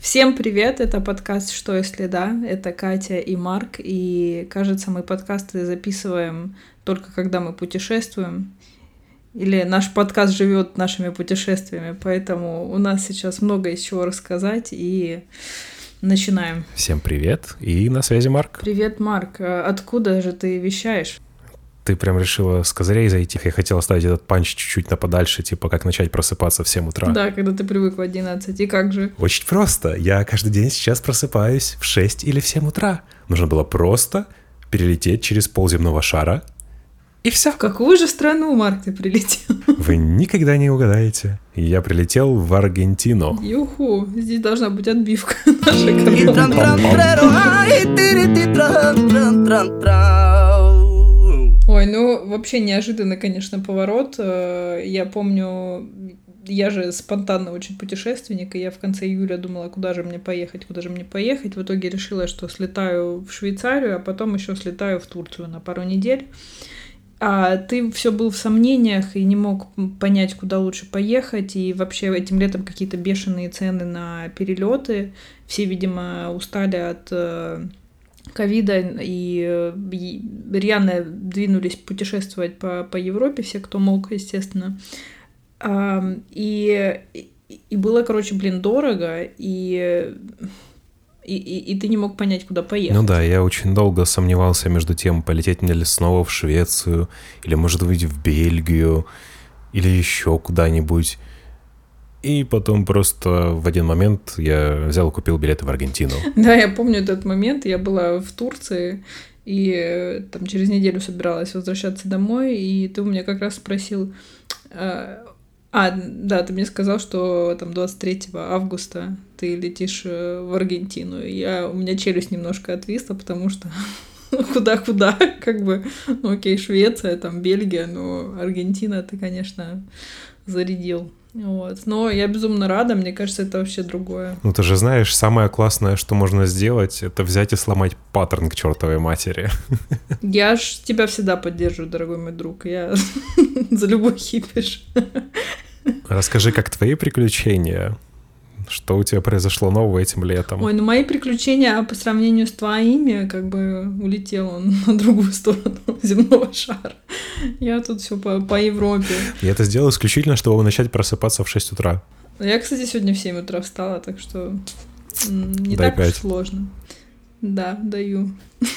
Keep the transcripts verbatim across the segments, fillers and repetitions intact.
Всем привет, это подкаст «Что если да?», это Катя и Марк, и кажется, мы подкасты записываем только когда мы путешествуем, или наш подкаст живет нашими путешествиями, поэтому у нас сейчас много из чего рассказать, и начинаем. Всем привет, и на связи Марк. Привет, Марк, откуда же ты вещаешь? Ты прям решила с козырей зайти. Я хотел оставить этот панч чуть-чуть на подальше, типа как начать просыпаться в семь утра. Да, когда ты привык в одиннадцать, и как же? Очень просто. Я каждый день сейчас просыпаюсь в шесть или в семь утра. Нужно было просто перелететь через полземного шара, и все. В какую же страну, Марк, ты прилетел? Вы никогда не угадаете. Я прилетел в Аргентину. Юху, здесь должна быть отбивка нашей Ой, ну вообще неожиданный, конечно, поворот. Я помню, я же спонтанно очень путешественник, и я в конце июля думала, куда же мне поехать, куда же мне поехать. В итоге решила, что слетаю в Швейцарию, а потом еще слетаю в Турцию на пару недель. А ты все был в сомнениях и не мог понять, куда лучше поехать, и вообще этим летом какие-то бешеные цены на перелеты. Все, видимо, устали от ковида и, и рьяно двинулись путешествовать по, по Европе, все, кто мог, естественно. А, и, и было, короче, блин, дорого, и, и, и, и ты не мог понять, куда поехать. Ну да, я очень долго сомневался между тем, полететь мне ли снова в Швецию, или, может быть, в Бельгию, или еще куда-нибудь. И потом просто в один момент я взял и купил билеты в Аргентину. Да, я помню этот момент. Я была в Турции, и там через неделю собиралась возвращаться домой, и ты у меня как раз спросил... А, да, ты мне сказал, что там двадцать третьего августа ты летишь в Аргентину. И я, у меня челюсть немножко отвисла, потому что куда-куда, как бы, ну окей, Швеция, там Бельгия, но Аргентина ты, конечно, зарядил. Вот. Но я безумно рада, мне кажется, это вообще другое. Ну ты же знаешь, самое классное, что можно сделать, это взять и сломать паттерн к чертовой матери. Я ж тебя всегда поддерживаю, дорогой мой друг. Я за любой хипиш. Расскажи, как твои приключения? Что у тебя произошло нового этим летом? Ой, ну мои приключения по сравнению с твоими, как бы улетел он на другую сторону земного шара. Я тут все по, по Европе. Я это сделал исключительно, чтобы начать просыпаться в шесть утра. Я, кстати, сегодня в семь утра встала, так что не Дай так пять. уж сложно. Да, даю.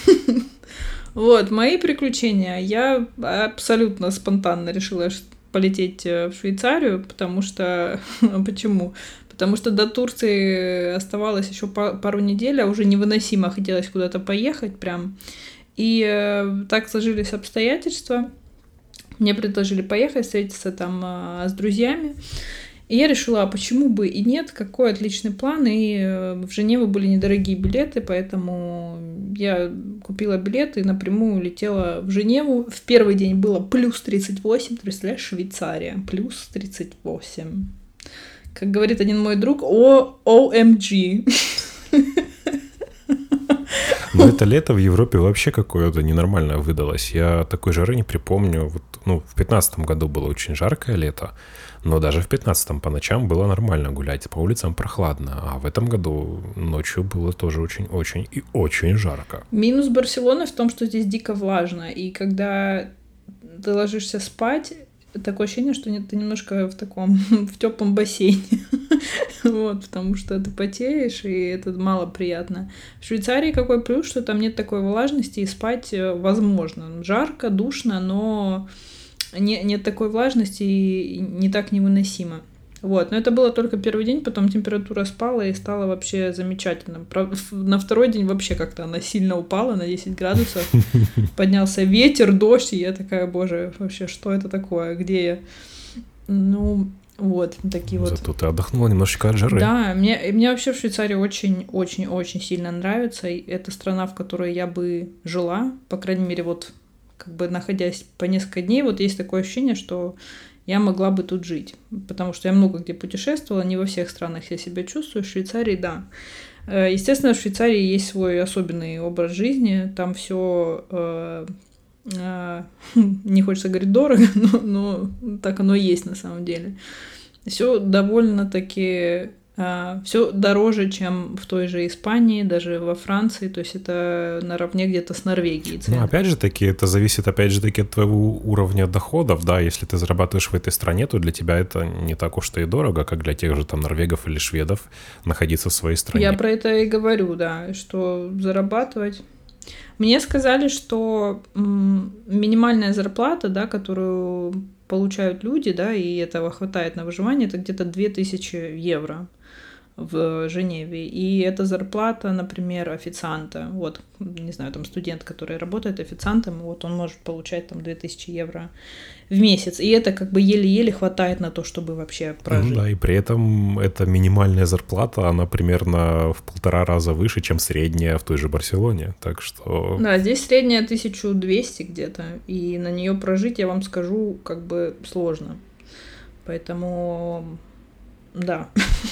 Вот, мои приключения. Я абсолютно спонтанно решила полететь в Швейцарию, потому что... Почему? Потому что до Турции оставалось еще пару недель, а уже невыносимо хотелось куда-то поехать прям. И э, так сложились обстоятельства. Мне предложили поехать, встретиться там э, с друзьями. И я решила, а почему бы и нет, какой отличный план. И э, в Женеву были недорогие билеты, поэтому я купила билеты и напрямую улетела в Женеву. В первый день было плюс тридцать восемь, ты представляешь, Швейцария, плюс тридцать восемь. Как говорит один мой друг, о, о эм джи. Ну, это лето в Европе вообще какое-то ненормальное выдалось. Я такой жары не припомню. Вот, ну, в пятнадцатом году было очень жаркое лето, но даже в пятнадцатом по ночам было нормально гулять, по улицам прохладно. А в этом году ночью было тоже очень-очень и очень жарко. Минус Барселоны в том, что здесь дико влажно. И когда ты ложишься спать... Такое ощущение, что ты немножко в таком, в теплом бассейне, вот, потому что ты потеешь, и это мало приятно. В Швейцарии какой плюс, что там нет такой влажности, и спать возможно. Жарко, душно, но не, нет такой влажности, и не так невыносимо. Вот, но это было только первый день, потом температура спала и стало вообще замечательно. На второй день вообще как-то она сильно упала на десять градусов. Поднялся ветер, дождь, и я такая, боже, вообще, что это такое, где я? Ну, вот, такие вот. Зато ты отдохнула немножечко от жары. Да, мне, мне вообще в Швейцарии очень-очень-очень сильно нравится. И это страна, в которой я бы жила, по крайней мере, вот, как бы находясь по несколько дней, вот есть такое ощущение, что я могла бы тут жить, потому что я много где путешествовала, не во всех странах я себя чувствую, в Швейцарии, да. Естественно, в Швейцарии есть свой особенный образ жизни, там все, э, э, не хочется говорить дорого, но, но так оно и есть на самом деле. Все довольно-таки Все дороже, чем в той же Испании, даже во Франции, то есть это наравне где-то с Норвегией цены. Ну, опять же таки, это зависит, опять же таки, от твоего уровня доходов, да, если ты зарабатываешь в этой стране, то для тебя это не так уж и дорого, как для тех же там норвегов или шведов находиться в своей стране. Я про это и говорю, да, что зарабатывать... Мне сказали, что м, минимальная зарплата, да, которую получают люди, да, и этого хватает на выживание, это где-то две тысячи евро в Женеве. И это зарплата, например, официанта. Вот, не знаю, там студент, который работает официантом, вот он может получать там две тысячи евро в месяц. И это как бы еле-еле хватает на то, чтобы вообще прожить. Ну да, и при этом эта минимальная зарплата, она примерно в полтора раза выше, чем средняя в той же Барселоне. Так что... Да, здесь средняя тысяча двести где-то. И на нее прожить, я вам скажу, как бы сложно. Поэтому... Да.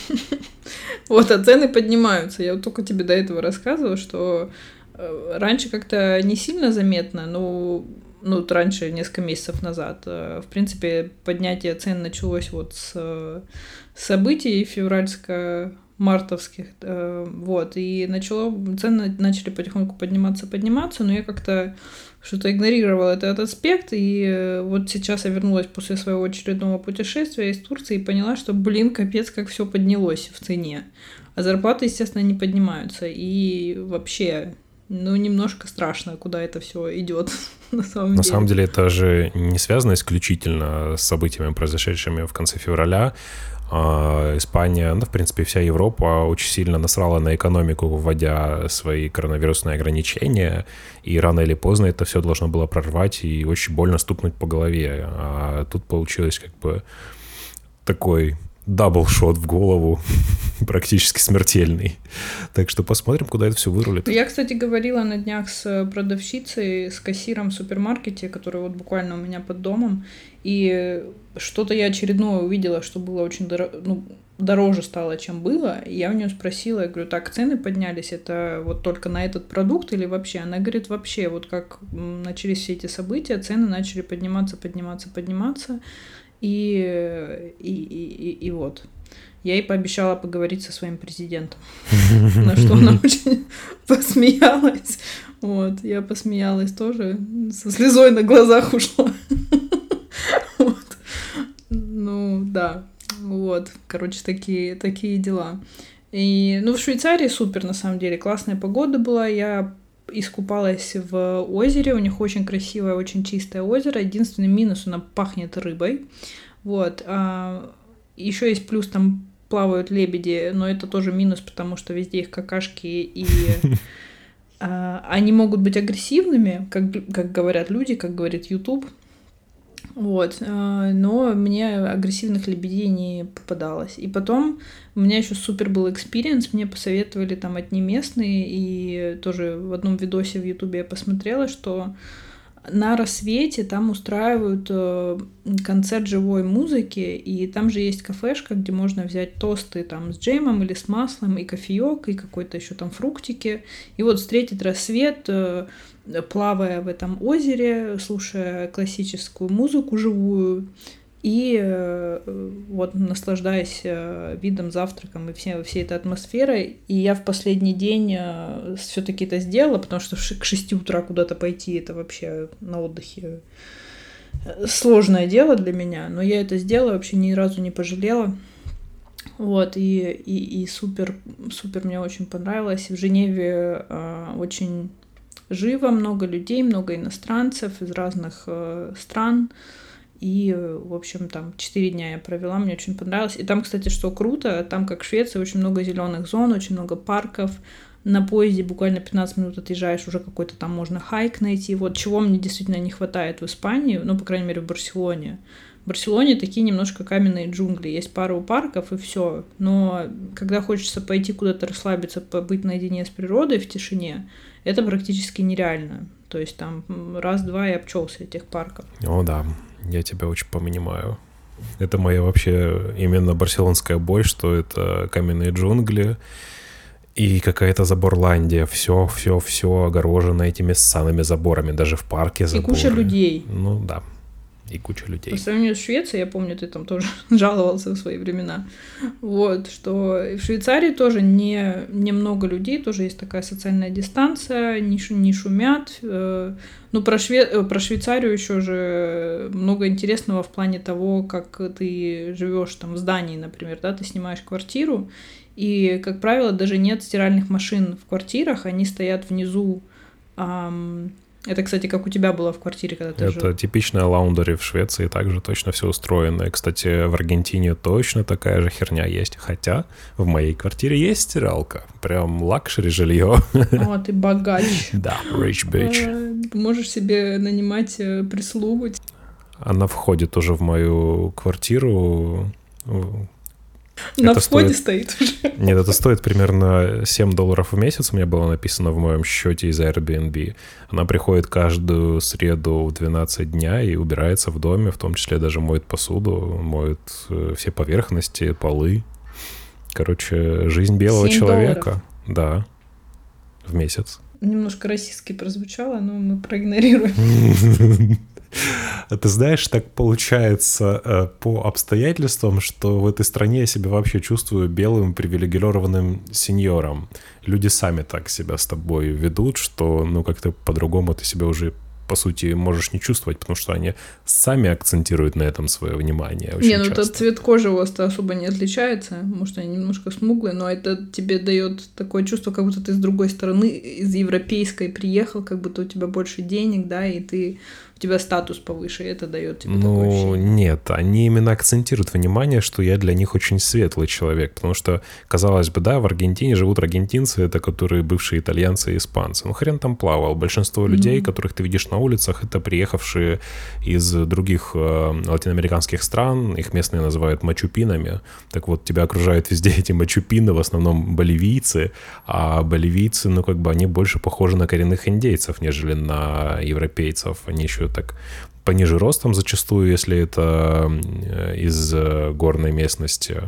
Вот, а цены поднимаются. Я вот только тебе до этого рассказывала, что раньше как-то не сильно заметно, но ну, вот раньше, несколько месяцев назад, в принципе, поднятие цен началось вот с событий февральско-мартовских, вот, и начало, цены начали потихоньку подниматься, подниматься, но я как-то что-то игнорировала этот аспект, и вот сейчас я вернулась после своего очередного путешествия из Турции и поняла, что, блин, капец, как все поднялось в цене. А зарплаты, естественно, не поднимаются. И вообще, ну, немножко страшно, куда это все идет на самом деле. На самом деле это же не связано исключительно с событиями, произошедшими в конце февраля. Испания, ну, в принципе, вся Европа очень сильно насрала на экономику, вводя свои коронавирусные ограничения, и рано или поздно это все должно было прорвать и очень больно стукнуть по голове. А тут получилось как бы такой даблшот в голову, практически смертельный. Так что посмотрим, куда это все вырулит. Я, кстати, говорила на днях с продавщицей, с кассиром в супермаркете, который вот буквально у меня под домом, и что-то я очередное увидела, что было очень дорого, ну, дороже стало, чем было. И я у нее спросила, я говорю, так, цены поднялись, это вот только на этот продукт или вообще? Она говорит, вообще, вот как начались все эти события, цены начали подниматься, подниматься, подниматься. И, и, и, и вот. Я ей пообещала поговорить со своим президентом, на что она очень посмеялась. Вот, я посмеялась тоже, со слезой на глазах ушла. Вот. Ну, да, вот, короче, такие, такие дела. И, ну, в Швейцарии супер, на самом деле, классная погода была, я искупалась в озере, у них очень красивое, очень чистое озеро, единственный минус, оно пахнет рыбой, вот, а еще есть плюс, там плавают лебеди, но это тоже минус, потому что везде их какашки, и а, они могут быть агрессивными, как, как говорят люди, как говорит YouTube, вот, но мне агрессивных лебедей не попадалось. И потом у меня еще супер был экспириенс, мне посоветовали там одни местные, и тоже в одном видосе в Ютубе я посмотрела, что на рассвете там устраивают концерт живой музыки, и там же есть кафешка, где можно взять тосты там с джемом или с маслом, и кофеек, и какой-то еще там фруктики, и вот встретить рассвет, плавая в этом озере, слушая классическую музыку живую и вот наслаждаясь видом, завтраком и всей, всей этой атмосферой. И я в последний день все-таки это сделала, потому что к шести утра куда-то пойти это вообще на отдыхе сложное дело для меня, но я это сделала, вообще ни разу не пожалела. Вот, и, и, и супер, супер мне очень понравилось. В Женеве э, очень живо, много людей, много иностранцев из разных э, стран. И, в общем, там четыре дня я провела, мне очень понравилось. И там, кстати, что круто, там, как в Швеции, очень много зеленых зон, очень много парков. На поезде буквально пятнадцать минут отъезжаешь, уже какой-то там можно хайк найти. Вот чего мне действительно не хватает в Испании, ну, по крайней мере, в Барселоне. В Барселоне такие немножко каменные джунгли. Есть пару парков и все. Но когда хочется пойти куда-то расслабиться, побыть наедине с природой в тишине, это практически нереально. То есть там раз-два и обчелся этих парков. О, да. Я тебя очень понимаю. Это моя вообще именно барселонская боль, что это каменные джунгли и какая-то заборландия. Все, все, все огорожено этими ссаными заборами. Даже в парке заборы. И куча людей. Ну да. и куча людей. По сравнению с Швецией, я помню, ты там тоже жаловался в свои времена, вот, что в Швейцарии тоже не, не много людей, тоже есть такая социальная дистанция, не, шу, не шумят. Ну, про, Шве, про Швейцарию еще же много интересного в плане того, как ты живешь там в здании, например, да, ты снимаешь квартиру, и, как правило, даже нет стиральных машин в квартирах, они стоят внизу. Ам, Это, кстати, как у тебя было в квартире, когда ты Это жил. типичная лаундери в Швеции, также точно все устроено. И, кстати, в Аргентине точно такая же херня есть. Хотя в моей квартире есть стиралка. Прям лакшери жилье. О, ты богач. Да, rich bitch. Можешь себе нанимать прислугу. Она входит уже в мою квартиру. На это входе стоит... стоит уже. Нет, это стоит примерно семь долларов в месяц, у меня было написано в моем счете из Airbnb. Она приходит каждую среду в двенадцать дня и убирается в доме, в том числе даже моет посуду, моет все поверхности, полы. Короче, жизнь белого человека. Да, в месяц. Немножко российски прозвучало, но мы проигнорируем. Ты знаешь, так получается по обстоятельствам, что в этой стране я себя вообще чувствую белым привилегированным сеньором. Люди сами так себя с тобой ведут, что ну как-то по-другому ты себя уже по сути можешь не чувствовать, потому что они сами акцентируют на этом свое внимание очень Не, ну часто. этот цвет кожи у вас-то особо не отличается, может, они немножко смуглые, но это тебе дает такое чувство, как будто ты с другой стороны, из европейской приехал, как будто у тебя больше денег, да, и ты у тебя статус повыше, и это дает тебе ну, такое ощущение. Нет, они именно акцентируют внимание, что я для них очень светлый человек, потому что, казалось бы, да, в Аргентине живут аргентинцы, это которые бывшие итальянцы и испанцы. Ну, хрен там плавал. Большинство людей, mm-hmm. которых ты видишь на улицах, это приехавшие из других э, латиноамериканских стран, их местные называют мачупинами. Так вот, тебя окружают везде эти мачупины, в основном боливийцы, а боливийцы, ну, как бы, они больше похожи на коренных индейцев, нежели на европейцев. Они еще так пониже ростом зачастую, если это из горной местности.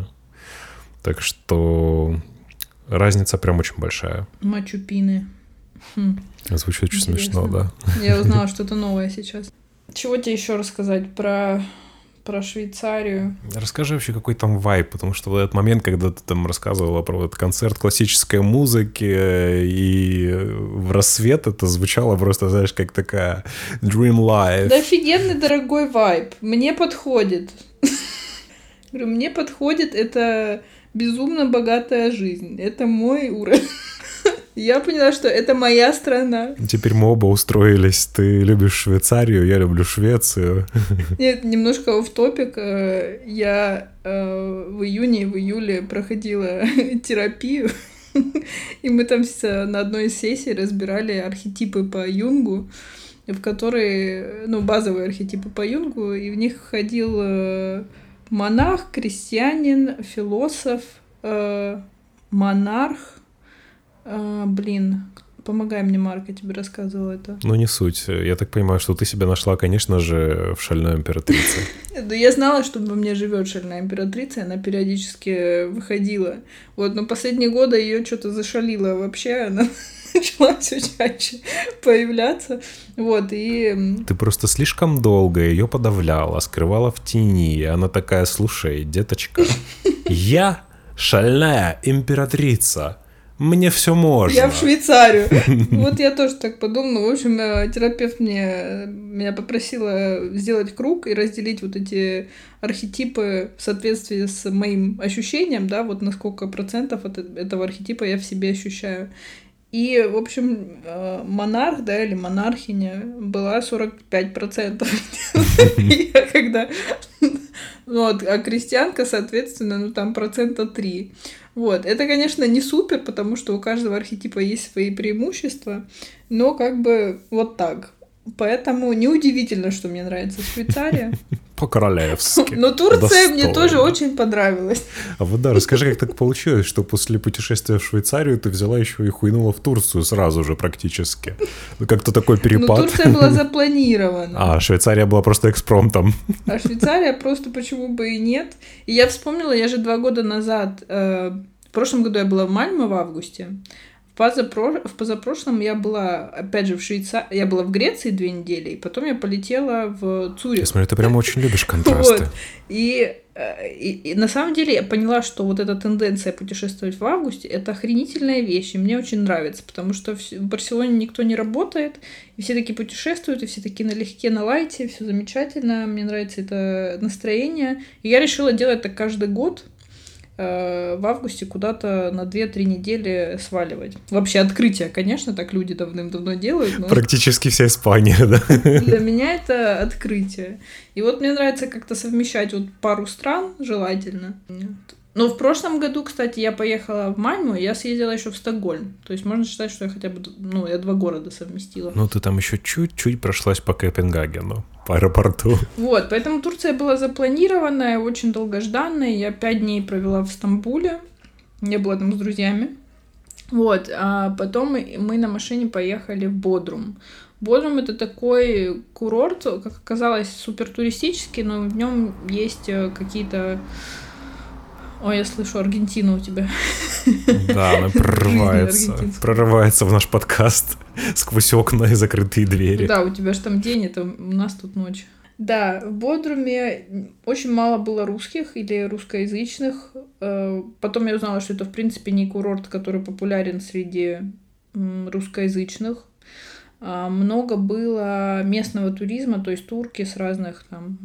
Так что разница прям очень большая. Мачупины. Хм. Звучит очень смешно, да. Я узнала что-то новое сейчас. Чего тебе еще рассказать про... про Швейцарию? Расскажи вообще, какой там вайб, потому что в этот момент, когда ты там рассказывала про этот концерт классической музыки и в рассвет, это звучало просто, знаешь, как такая dream life. Да офигенный дорогой вайб, мне подходит. Говорю, мне подходит, это безумно богатая жизнь, это мой уровень. Я поняла, что это моя страна. Теперь мы оба устроились. Ты любишь Швейцарию, я люблю Швецию. Нет, немножко офф-топик. Я в июне и в июле проходила терапию, и мы там на одной из сессий разбирали архетипы по Юнгу, в которые, ну, базовые архетипы по Юнгу, и в них ходил монах, крестьянин, философ, монарх. А, блин, помогай мне, Марк, я тебе рассказывала это. Ну, не суть. Я так понимаю, что ты себя нашла, конечно же, в «Шальной императрице». Да, я знала, что во мне живет «Шальная императрица», она периодически выходила. Вот, но последние годы ее что-то зашалило вообще, она начала все чаще появляться. Вот, и... Ты просто слишком долго ее подавляла, скрывала в тени, и она такая: слушай, деточка, я шальная императрица. Мне все можно. Я в Швейцарию. Вот я тоже так подумала. В общем, терапевт мне, меня попросила сделать круг и разделить вот эти архетипы в соответствии с моим ощущением, да, вот на сколько процентов от этого архетипа я в себе ощущаю. И, в общем, монарх, да, или монархиня была сорок пять процентов. Я когда... Вот, а крестьянка, соответственно, ну там процента три. Вот, это, конечно, не супер, потому что у каждого архетипа есть свои преимущества, но как бы вот так. Поэтому неудивительно, что мне нравится Швейцария. По-королевски. Но Турция мне тоже очень понравилась. А вот да, расскажи, как так получилось, что после путешествия в Швейцарию ты взяла еще и хуйнула в Турцию сразу же практически. Ну как-то такой перепад. Ну Турция была запланирована. А, Швейцария была просто экспромтом. А Швейцария просто почему бы и нет. И я вспомнила, я же два года назад, э, в прошлом году я была в Мальме в августе, в позапро... в позапрошлом я была, опять же, в Швейцарии, я была в Греции две недели, и потом я полетела в Цюрих. Я смотрю, ты прям очень любишь контрасты. Вот. И, и, и на самом деле я поняла, что вот эта тенденция путешествовать в августе — это охренительная вещь, и мне очень нравится, потому что в Барселоне никто не работает, и все такие путешествуют, и все такие налегке, на лайте, все замечательно, мне нравится это настроение. И я решила делать так каждый год, в августе куда-то на две-три недели сваливать. Вообще открытие, конечно, так люди давным-давно делают. Но практически вся Испания, да? Для меня это открытие. И вот мне нравится как-то совмещать вот пару стран, желательно. Но в прошлом году, кстати, я поехала в Мальму, и я съездила еще в Стокгольм. То есть можно считать, что я хотя бы, ну, я два города совместила. Ну, ты там еще чуть-чуть прошлась по Копенгагену, по аэропорту. Вот, поэтому Турция была запланированная, очень долгожданная. Я пять дней провела в Стамбуле. Я была там с друзьями. Вот, а потом мы на машине поехали в Бодрум. Бодрум — это такой курорт, как оказалось, супер туристический, но в нем есть какие-то... Ой, я слышу Аргентину у тебя. Да, она прорывается, прорывается в наш подкаст сквозь окна и закрытые двери. Да, у тебя же там день, это у нас тут ночь. Да, в Бодруме очень мало было русских или русскоязычных. Потом я узнала, что это, в принципе, не курорт, который популярен среди русскоязычных. Много было местного туризма, то есть турки с разных там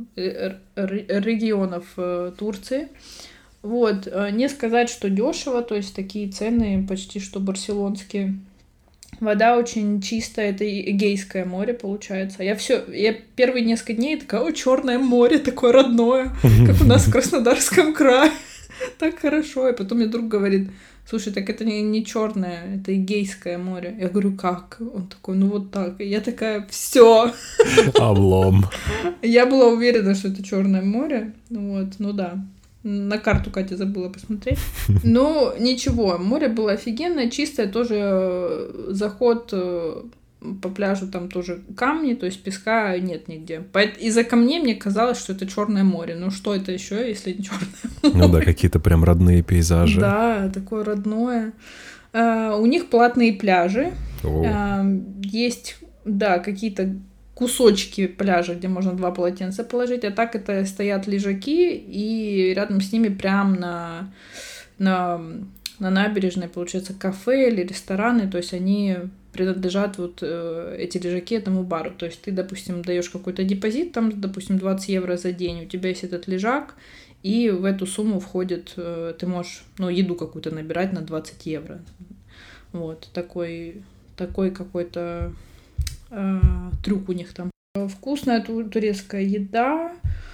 регионов Турции. Вот, не сказать, что дешево, то есть такие цены почти что барселонские. Вода очень чистая, это Эгейское море получается. Я все, я первые несколько дней такая: о, Черное море, такое родное, как у нас в Краснодарском крае. Так хорошо. И потом мне друг говорит: слушай, так это не, не Черное, это Эгейское море. Я говорю: как? Он такой: ну вот так. И я такая: все. Облом. Я была уверена, что это Черное море. Вот, ну да. На карту Катя забыла посмотреть. Ну, ничего, море было офигенное, чистое, тоже заход по пляжу, там тоже камни, то есть песка нет нигде. Из-за камней мне казалось, что это Черное море. Ну, что это еще, если не Черное море? Ну да, какие-то прям родные пейзажи. Да, такое родное. У них платные пляжи. О. Есть, да, какие-то кусочки пляжа, где можно два полотенца положить, а так это стоят лежаки, и рядом с ними прям на, на, на набережной, получается, кафе или рестораны, то есть они принадлежат вот э, эти лежаки этому бару. То есть ты, допустим, даешь какой-то депозит, там, допустим, двадцать евро за день, у тебя есть этот лежак, и в эту сумму входит, э, ты можешь, ну, еду какую-то набирать на двадцать евро. Вот, такой, такой какой-то э, трюк у них там. Вкусная ту- турецкая еда.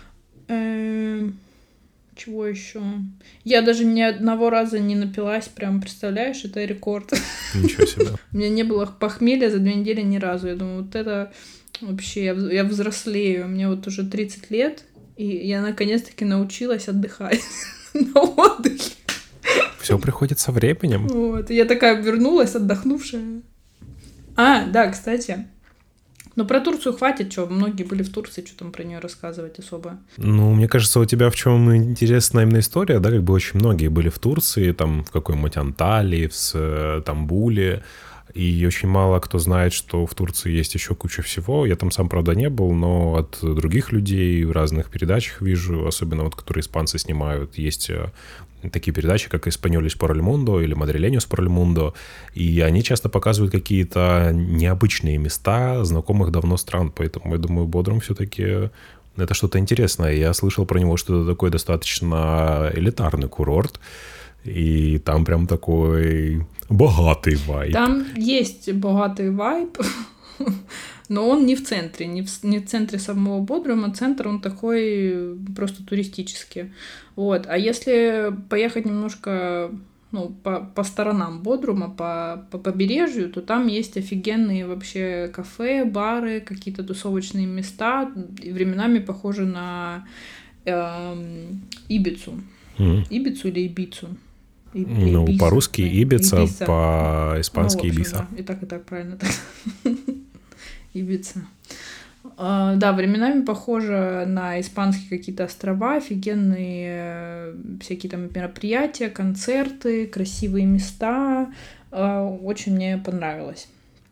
Э, чего еще? Я даже ни одного раза не напилась, прям, представляешь, это рекорд. Ничего себе. У меня не было похмелья за две недели ни разу. Я думаю, вот это вообще, я, я взрослею. Мне вот уже тридцать лет, и я наконец-таки научилась отдыхать на отдыхе. Все приходит со временем. Вот, и я такая вернулась, отдохнувшая. А, да, кстати, но про Турцию хватит, что многие были в Турции, что там про нее рассказывать особо. Ну, мне кажется, у тебя в чем интересная именно история, да, как бы очень многие были в Турции, там в какой-нибудь Анталии, в Стамбуле, и очень мало кто знает, что в Турции есть еще куча всего. Я там сам, правда, не был, но от других людей в разных передачах вижу, особенно вот, которые испанцы снимают, есть такие передачи, как «Españoles por el mundo» или «Madrileños por el mundo», и они часто показывают какие-то необычные места знакомых давно стран, поэтому я думаю, Бодрум все-таки это что-то интересное. Я слышал про него, что это такой достаточно элитарный курорт, и там прям такой богатый вайб. Там есть богатый вайб, но он не в центре, не в, не в центре самого Бодрума. Центр, он такой просто туристический. Вот. А если поехать немножко, ну, по, по сторонам Бодрума, по, по побережью, то там есть офигенные вообще кафе, бары, какие-то тусовочные места, и временами похожи на э, Ибицу. Mm-hmm. Ибицу или Ибицу? И, ну, Ибиса, по-русски Ибица, Ибиса. По-испански ну, общем, Ибиса. Да. И так, и так правильно. Ибица. Uh, да, временами похоже на испанские какие-то острова, офигенные всякие там мероприятия, концерты, красивые места. Uh, очень мне понравилось.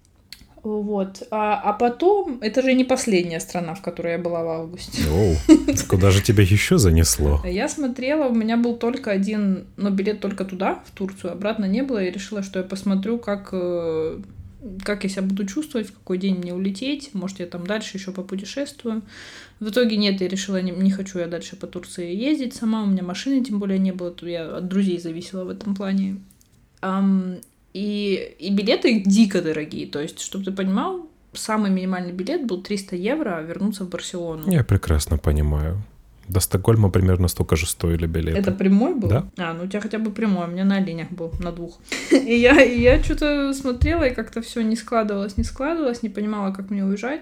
Вот. А, а потом, это же не последняя страна, в которой я была в августе. Оу, куда же тебя еще занесло? Я смотрела, у меня был только один, но билет только туда, в Турцию, обратно не было. Я решила, что я посмотрю, как... как я себя буду чувствовать, в какой день мне улететь, может, я там дальше еще попутешествую. В итоге нет, я решила, не, не хочу я дальше по Турции ездить сама, у меня машины тем более не было, я от друзей зависела в этом плане. Um, и, и билеты дико дорогие, то есть, чтобы ты понимал, самый минимальный билет был триста евро, а вернуться в Барселону. Я прекрасно понимаю. До Стокгольма примерно столько же стоили билеты. Это прямой был? Да. А, ну у тебя хотя бы прямой, у меня на оленях был, на двух. И я, и я что-то смотрела, и как-то все не складывалось, не складывалось, не понимала, как мне уезжать.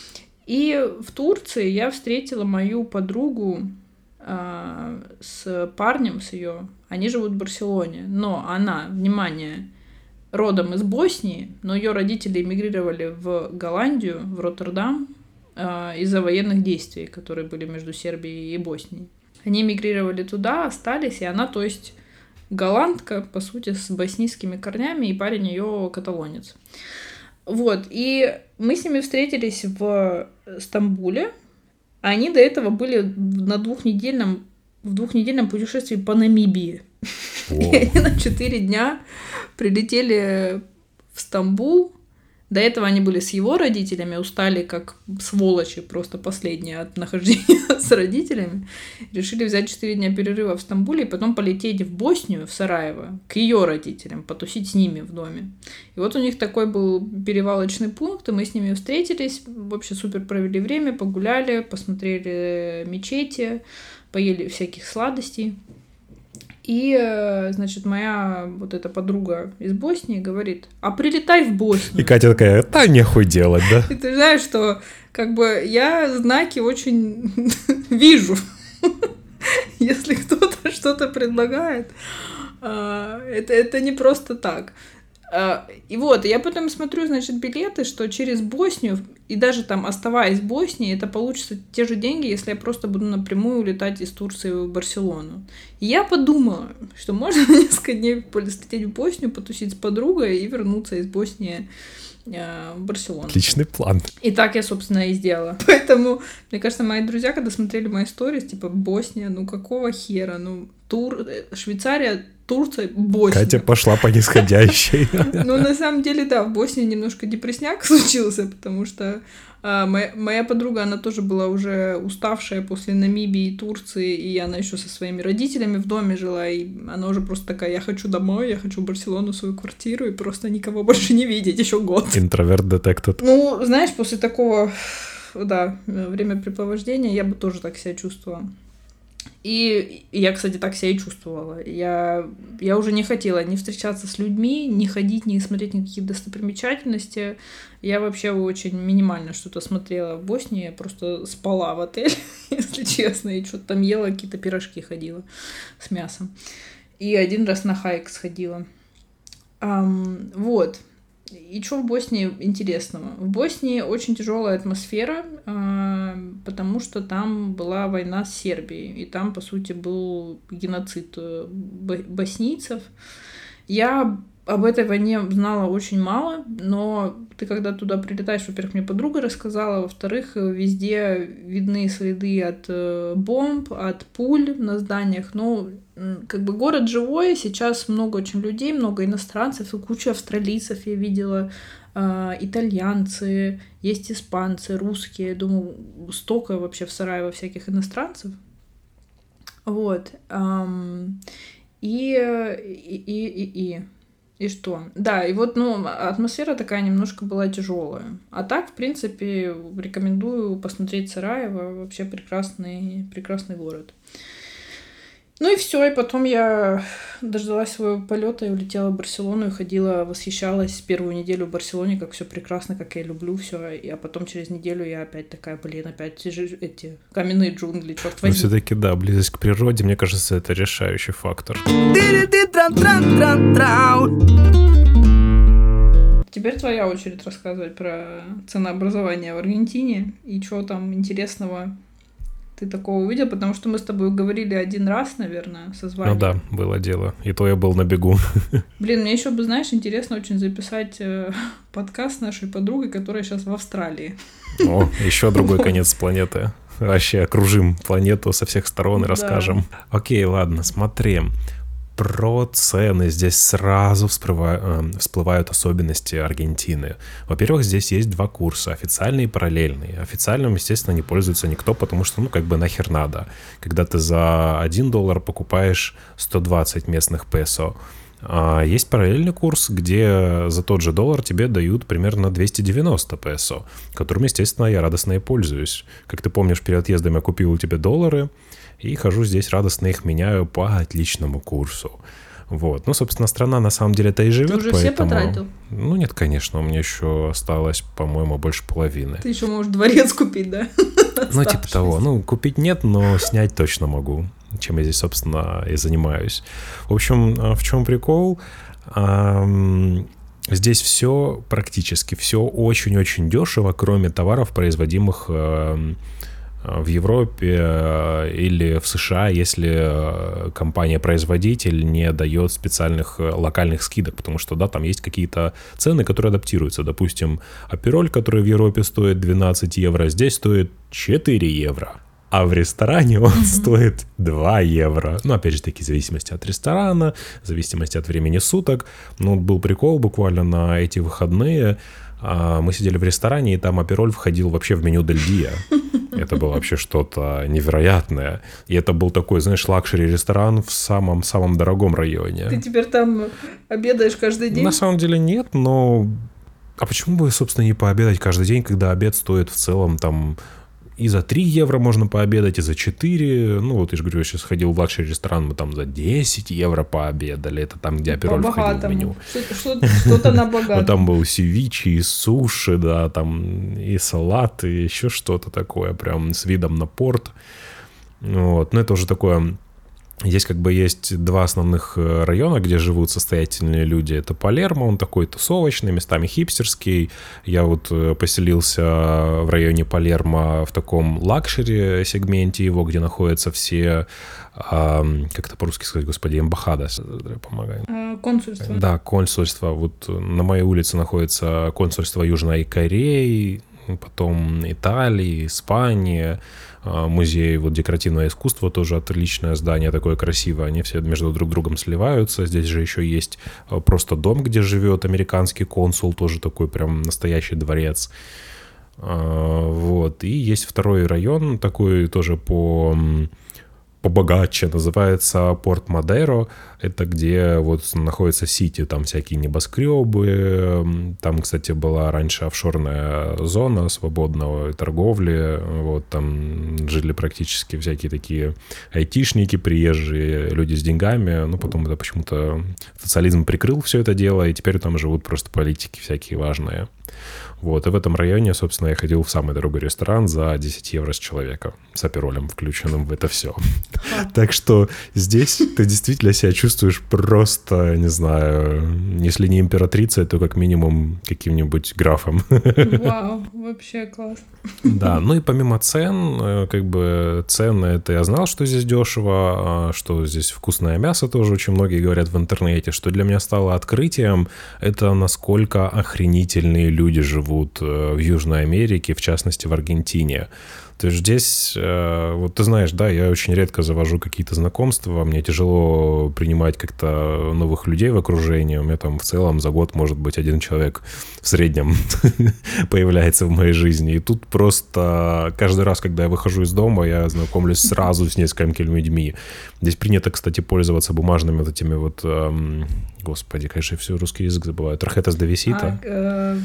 И в Турции я встретила мою подругу э, с парнем, с ее. Они живут в Барселоне, но она, внимание, родом из Боснии, но ее родители эмигрировали в Голландию, в Роттердам, из-за военных действий, которые были между Сербией и Боснией. Они эмигрировали туда, остались, и она, то есть, голландка, по сути, с боснийскими корнями, и парень ее каталонец. Вот, и мы с ними встретились в Стамбуле, а они до этого были на двухнедельном, в двухнедельном путешествии по Намибии. И они на четыре дня прилетели в Стамбул. До этого они были с его родителями, устали как сволочи, просто последние от нахождения с родителями. Решили взять четыре дня перерыва в Стамбуле и потом полететь в Боснию, в Сараево, к ее родителям, потусить с ними в доме. И вот у них такой был перевалочный пункт, и мы с ними встретились, вообще супер провели время, погуляли, посмотрели мечети, поели всяких сладостей. И, значит, моя вот эта подруга из Боснии говорит, а прилетай в Боснию. И Катя такая, да нехуй делать, да? И ты знаешь, что как бы я знаки очень вижу. Если кто-то что-то предлагает, это, это не просто так. И вот, я потом смотрю, значит, билеты, что через Боснию, и даже там оставаясь в Боснии, это получится те же деньги, если я просто буду напрямую улетать из Турции в Барселону. И я подумала, что можно несколько дней полететь в Боснию, потусить с подругой и вернуться из Боснии э, в Барселону. Отличный план. И так я, собственно, и сделала. Поэтому, мне кажется, мои друзья, когда смотрели мои сторис, типа, Босния, ну какого хера, ну, Тур... Швейцария, Турция, Босния. Катя пошла по нисходящей. Ну, на самом деле, да, в Боснии немножко депрессняк случился, потому что а, моя, моя подруга, она тоже была уже уставшая после Намибии и Турции, и она еще со своими родителями в доме жила, и она уже просто такая, я хочу домой, я хочу в Барселону, свою квартиру, и просто никого больше не видеть еще год. Интроверт детектед. Ну, знаешь, после такого, да, времяпрепровождения я бы тоже так себя чувствовала. И я, кстати, так себя и чувствовала. Я, я уже не хотела ни встречаться с людьми, ни ходить, ни смотреть никакие достопримечательности. Я вообще очень минимально что-то смотрела в Боснии. Я просто спала в отеле, если честно, и что-то там ела, какие-то пирожки ходила с мясом. И один раз на хайк сходила. Um, вот. И что в Боснии интересного? В Боснии очень тяжелая атмосфера, потому что там была война с Сербией, и там, по сути, был геноцид боснийцев. Я об этой войне знала очень мало, но ты когда туда прилетаешь, во-первых, мне подруга рассказала, во-вторых, везде видны следы от бомб, от пуль на зданиях. Ну, как бы город живой, сейчас много очень людей, много иностранцев, куча австралийцев я видела, итальянцы, есть испанцы, русские, думаю, столько вообще в Сараево всяких иностранцев. Вот. И... и, и, и, и. И что? Да, и вот, ну, атмосфера такая немножко была тяжелая. А так, в принципе, рекомендую посмотреть Сараево. Вообще прекрасный, прекрасный город. Ну и все, и потом я дождалась своего полета и улетела в Барселону и ходила, восхищалась первую неделю в Барселоне, как все прекрасно, как я люблю все, а потом через неделю я опять такая, блин, опять эти каменные джунгли, черт возьми. Но все-таки, да, близость к природе, мне кажется, это решающий фактор. У тебя теперь твоя очередь рассказывать про ценообразование в Аргентине и что там интересного ты такого увидел, потому что мы с тобой говорили один раз, наверное, созвание. Ну да, было дело. И то я был на бегу. Блин, мне еще бы, знаешь, интересно очень записать э, подкаст с нашей подругой, которая сейчас в Австралии. О, еще другой конец планеты. Вообще окружим планету со всех сторон и расскажем. Да. Окей, ладно, смотри. Про цены здесь сразу всплывают, э, всплывают особенности Аргентины. Во-первых, здесь есть два курса, официальный и параллельный. Официальным, естественно, не пользуется никто, потому что, ну, как бы нахер надо. Когда ты за один доллар покупаешь сто двадцать местных песо. А есть параллельный курс, где за тот же доллар тебе дают примерно двести девяносто песо, которым, естественно, я радостно и пользуюсь. Как ты помнишь, перед отъездом я купил у тебя доллары, и хожу здесь, радостно их меняю по отличному курсу. Вот. Ну, собственно, страна на самом деле-то и живет. Ты уже поэтому... все потратил? Ну, нет, конечно, у меня еще осталось, по-моему, больше половины. Ты еще можешь дворец купить, да? Ну, типа того. Ну, купить нет, но снять точно могу, чем я здесь, собственно, и занимаюсь. В общем, в чем прикол? Здесь все, практически все очень-очень дешево, кроме товаров, производимых в Европе или в США, если компания-производитель не дает специальных локальных скидок, потому что, да, там есть какие-то цены, которые адаптируются. Допустим, апероль, который в Европе стоит двенадцать евро, здесь стоит четыре евро. А в ресторане он mm-hmm. стоит два евро. Ну, опять же таки, в зависимости от ресторана, в зависимости от времени суток. Ну, был прикол буквально на эти выходные. Мы сидели в ресторане, и там апероль входил вообще в меню Дель Диа. Это было вообще что-то невероятное. И это был такой, знаешь, лакшери-ресторан в самом-самом дорогом районе. Ты теперь там обедаешь каждый день? На самом деле нет, но... А почему бы, собственно, не пообедать каждый день, когда обед стоит в целом там... И за три евро можно пообедать, и за четыре. Ну, вот я же говорю, я сейчас ходил в лакшери-ресторан, мы там за десять евро пообедали. Это там, где апероль входил в меню. Что-то на богатом. Ну, там был севичи, и суши, да, там и салат, и еще что-то такое, прям с видом на порт. Вот, но это уже такое... Здесь как бы есть два основных района, где живут состоятельные люди. Это Палермо, он такой тусовочный, местами хипстерский. Я вот поселился в районе Палермо в таком лакшери-сегменте его, где находятся все, а, как это по-русски сказать, господи, эмбахада, помогай. Консульство. Да, консульство. Вот на моей улице находится консульство Южной Кореи, потом Италии, Испании, музей вот декоративного искусства, тоже отличное здание, такое красивое, они все между друг другом сливаются. Здесь же еще есть просто дом, где живет американский консул, тоже такой прям настоящий дворец. Вот. И есть второй район, такой тоже по... побогаче, называется Порт Мадейро. Это где вот находится Сити, там всякие небоскребы. Там, кстати, была раньше офшорная зона свободной торговли. Вот там жили практически всякие такие айтишники, приезжие, люди с деньгами. Ну, потом это почему-то социализм прикрыл все это дело, и теперь там живут просто политики всякие важные. Вот, и в этом районе, собственно, я ходил в самый дорогой ресторан за десять евро с человека, с аперолем включенным в это все. Так что здесь ты действительно себя чувствуешь просто, не знаю, если не императрицей, то как минимум каким-нибудь графом. Вау, вообще класс. Да, ну и помимо цен, как бы цены, это я знал, что здесь дешево, что здесь вкусное мясо тоже очень многие говорят в интернете, что для меня стало открытием, это насколько охренительные люди живут в Южной Америке, в частности в Аргентине. То есть здесь, вот ты знаешь, да, я очень редко завожу какие-то знакомства, мне тяжело принимать как-то новых людей в окружении, у меня там в целом за год, может быть, один человек в среднем появляется в моей жизни, и тут просто каждый раз, когда я выхожу из дома, я знакомлюсь сразу с несколькими людьми. Здесь принято, кстати, пользоваться бумажными вот этими вот, эм, господи, конечно, я все русский язык забываю, тархетас де визита.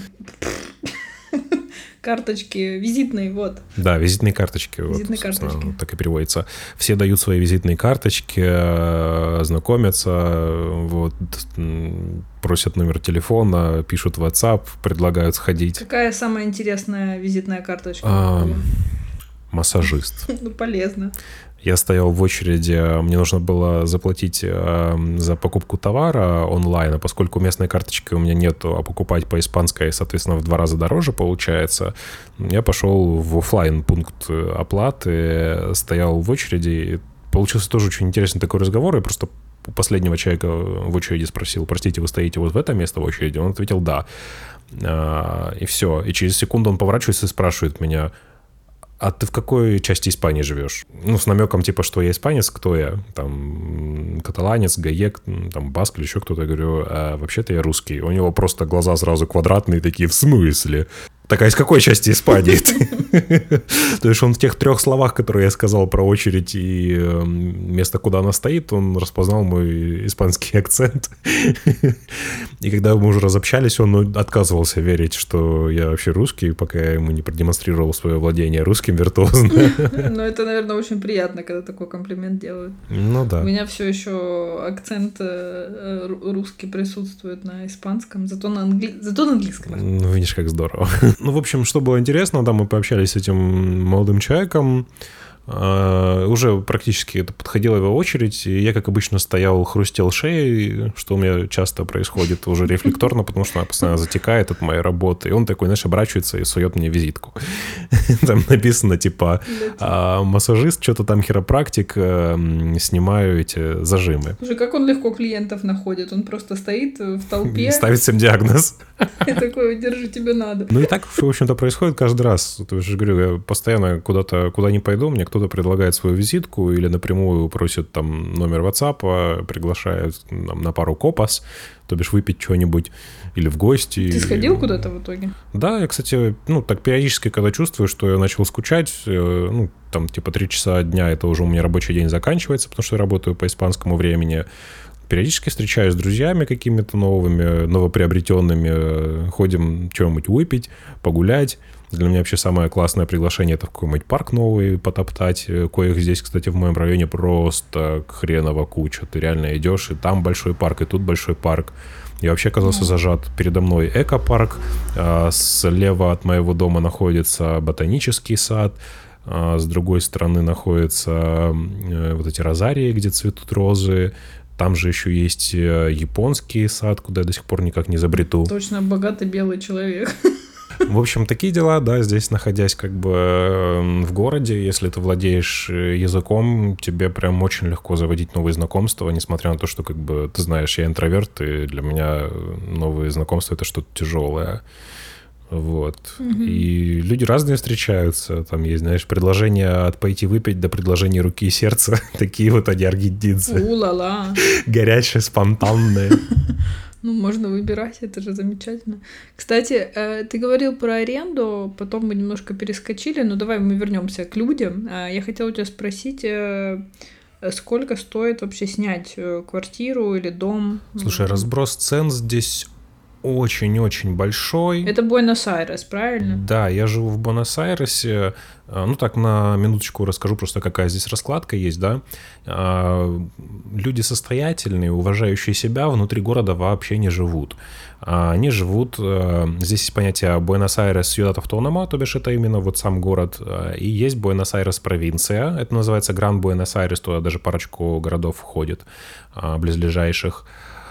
Карточки визитные, вот. Да, визитные карточки. Визитные вот, карточки. Так и переводится. Все дают свои визитные карточки, знакомятся, вот, просят номер телефона, пишут в WhatsApp, предлагают сходить. Какая самая интересная визитная карточка? А, Массажист. Ну, полезно. Я стоял в очереди, мне нужно было заплатить э, за покупку товара онлайн, а поскольку местной карточки у меня нету, а покупать по испанской, соответственно, в два раза дороже получается, я пошел в офлайн пункт оплаты, стоял в очереди. Получился тоже очень интересный такой разговор. Я просто у последнего человека в очереди спросил: простите, вы стоите вот в это место в очереди? Он ответил: да. А, и все. И через секунду он поворачивается и спрашивает меня: а ты в какой части Испании живешь? Ну, с намеком типа, что я испанец, кто я? Там, каталанец, гаек, там, баск или еще кто-то. Я говорю: а вообще-то я русский. У него просто глаза сразу квадратные такие: в смысле? Так, а из какой части Испании ты? То есть он в тех трех словах, которые я сказал про очередь и место, куда она стоит, он распознал мой испанский акцент. И когда мы уже разобщались, он отказывался верить, что я вообще русский, пока я ему не продемонстрировал свое владение русским виртуозно. Ну, это, наверное, очень приятно, когда такой комплимент делают. Ну да. У меня все еще акцент русский присутствует на испанском, зато на, англи... зато на английском. Ну, видишь, как здорово. Ну, в общем, что было интересно, да, мы пообщались с этим молодым человеком. Uh, уже практически это подходила его очередь, и я, как обычно, стоял, хрустел шеей, что у меня часто происходит уже рефлекторно, потому что она постоянно затекает от моей работы. И он такой, знаешь, оборачивается и сует мне визитку. Там написано, типа, массажист, что-то там хиропрактик, снимаю эти зажимы. Слушай, как он легко клиентов находит? Он просто стоит в толпе. И ставит всем диагноз. И такой: держи, тебе надо. Ну и так, в общем-то, происходит каждый раз. То есть, я говорю, я постоянно куда-то, куда ни пойду, мне кто-то предлагает свою визитку или напрямую просит там номер WhatsApp, приглашает там, на пару копас, то бишь выпить что-нибудь или в гости. Ты сходил куда-то в итоге? Да, я, кстати, ну, так периодически, когда чувствую, что я начал скучать, ну, там, типа, три часа дня, это уже у меня рабочий день заканчивается, потому что я работаю по испанскому времени. Периодически встречаюсь с друзьями какими-то новыми, новоприобретенными, ходим что-нибудь выпить, погулять. Для меня вообще самое классное приглашение — это в какой-нибудь парк новый потоптать, коих здесь, кстати, в моем районе просто хреново куча. Ты реально идешь, и там большой парк, и тут большой парк. Я вообще оказался зажат. Передо мной экопарк, слева от моего дома находится ботанический сад, с другой стороны находятся вот эти розарии, где цветут розы. Там же еще есть японский сад, куда я до сих пор никак не забрету. Точно богатый белый человек. В общем, такие дела, да, здесь, находясь как бы в городе, если ты владеешь языком, тебе прям очень легко заводить новые знакомства, несмотря на то, что, как бы, ты знаешь, я интроверт, и для меня новые знакомства — это что-то тяжелое. Вот. Mm-hmm. И люди разные встречаются. Там есть, знаешь, предложения от пойти выпить до предложений руки и сердца. Такие вот они, аргентинцы. У-ла-ла. Горячие, спонтанные. Ну, можно выбирать, это же замечательно. Кстати, ты говорил про аренду, потом мы немножко перескочили, но давай мы вернемся к людям. Я хотела у тебя спросить, сколько стоит вообще снять квартиру или дом? Слушай, разброс цен здесь очень-очень большой. Это Буэнос-Айрес, правильно? Да, я живу в Буэнос-Айресе. Ну так, на минуточку расскажу просто, какая здесь раскладка есть, да. Люди состоятельные, уважающие себя, внутри города вообще не живут. Они живут... Здесь есть понятие Буэнос-Айрес Сьюдад Автонома, то бишь это именно вот сам город. И есть Буэнос-Айрес провинция, это называется Гранд Буэнос-Айрес, туда даже парочку городов входит, близлежащих.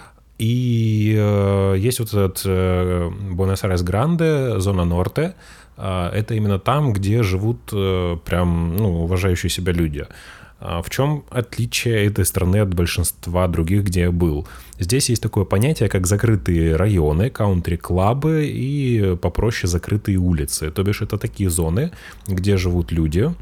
И э, есть вот этот э, Буэнос-Айрес Гранде, зона Норте. Э, это именно там, где живут э, прям, ну, уважающие себя люди. А в чем отличие этой страны от большинства других, где я был? Здесь есть такое понятие, как закрытые районы, каунтри-клабы и попроще закрытые улицы. То бишь это такие зоны, где живут люди,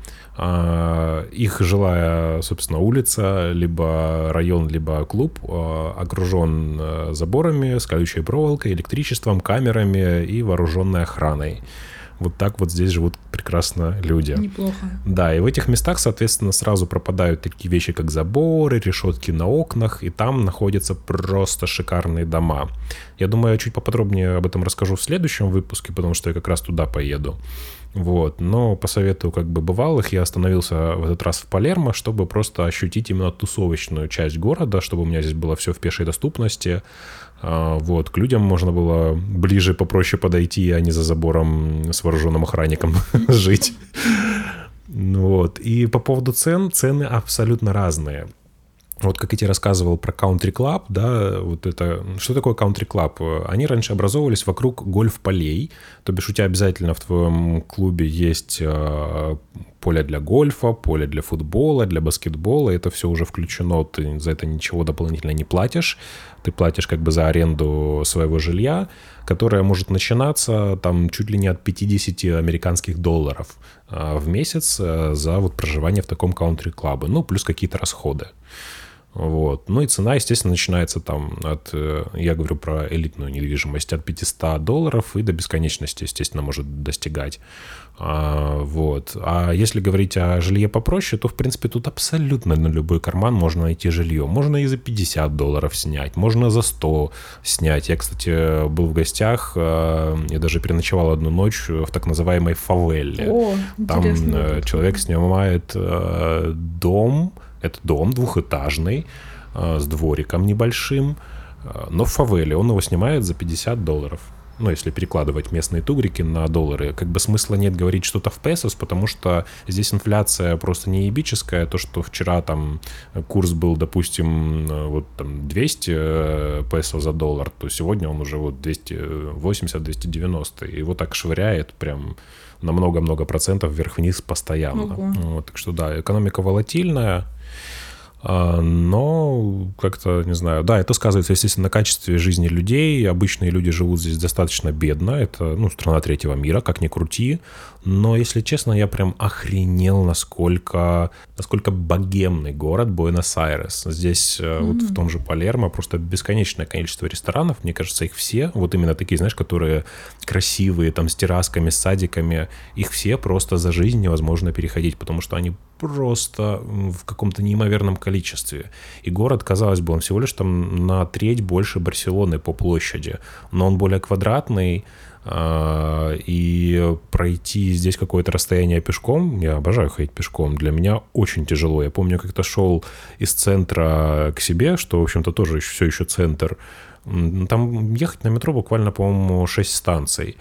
их жилая, собственно, улица, либо район, либо клуб окружен заборами с колючей проволокой, электричеством, камерами и вооруженной охраной. Вот так вот здесь живут прекрасно люди. Неплохо. Да, и в этих местах, соответственно, сразу пропадают такие вещи, как заборы, решетки на окнах, и там находятся просто шикарные дома. Я думаю, я чуть поподробнее об этом расскажу в следующем выпуске, потому что я как раз туда поеду. Вот. Но по совету как бы бывалых я остановился в этот раз в Палермо, чтобы просто ощутить именно тусовочную часть города, чтобы у меня здесь было все в пешей доступности. Вот, к людям можно было ближе, попроще подойти, а не за забором с вооруженным охранником жить. Вот. И по поводу цен, цены абсолютно разные. Вот как я тебе рассказывал про Country Club, да, вот это... Что такое Country Club? Они раньше образовывались вокруг гольф-полей, то бишь у тебя обязательно в твоем клубе есть э, поле для гольфа, поле для футбола, для баскетбола, это все уже включено, ты за это ничего дополнительно не платишь, ты платишь как бы за аренду своего жилья, которая может начинаться там чуть ли не от пятьдесят американских долларов э, в месяц э, за вот проживание в таком Country-клабе, ну, плюс какие-то расходы. Вот. Ну и цена, естественно, начинается там от, я говорю про элитную недвижимость, от пятьсот долларов и до бесконечности, естественно, может достигать. А, вот. А если говорить о жилье попроще, то, в принципе, тут абсолютно на любой карман можно найти жилье. Можно и за пятьдесят долларов снять, можно за сто снять. Я, кстати, был в гостях и даже переночевал одну ночь в так называемой фавелле. О, там человек снимает дом. Это дом двухэтажный, с двориком небольшим, но в фавеле. Он его снимает за пятьдесят долларов. Ну, если перекладывать местные тугрики на доллары. Как бы смысла нет говорить что-то в песос, потому что здесь инфляция просто неебическая. То, что вчера там курс был, допустим, вот там двести песо за доллар, то сегодня он уже вот двести восемьдесят - двести девяносто. И его так швыряет прям на много-много процентов вверх-вниз постоянно. Вот, так что да, экономика волатильная. Но как-то, не знаю, да, это сказывается, естественно, на качестве жизни людей. Обычные люди живут здесь достаточно бедно. Это, ну, страна третьего мира, как ни крути. Но, если честно, я прям охренел, насколько, насколько богемный город Буэнос-Айрес. Здесь mm-hmm. вот в том же Палермо просто бесконечное количество ресторанов. Мне кажется, их все, вот именно такие, знаешь, которые красивые, там, с террасками, с садиками, их все просто за жизнь невозможно переходить, потому что они просто в каком-то неимоверном количестве. И город, казалось бы, он всего лишь там на треть больше Барселоны по площади, но он более квадратный, и пройти здесь какое-то расстояние пешком, я обожаю ходить пешком, для меня очень тяжело. Я помню, как-то шел из центра к себе, что, в общем-то, тоже все еще центр. Там ехать на метро буквально, по-моему, шесть станций.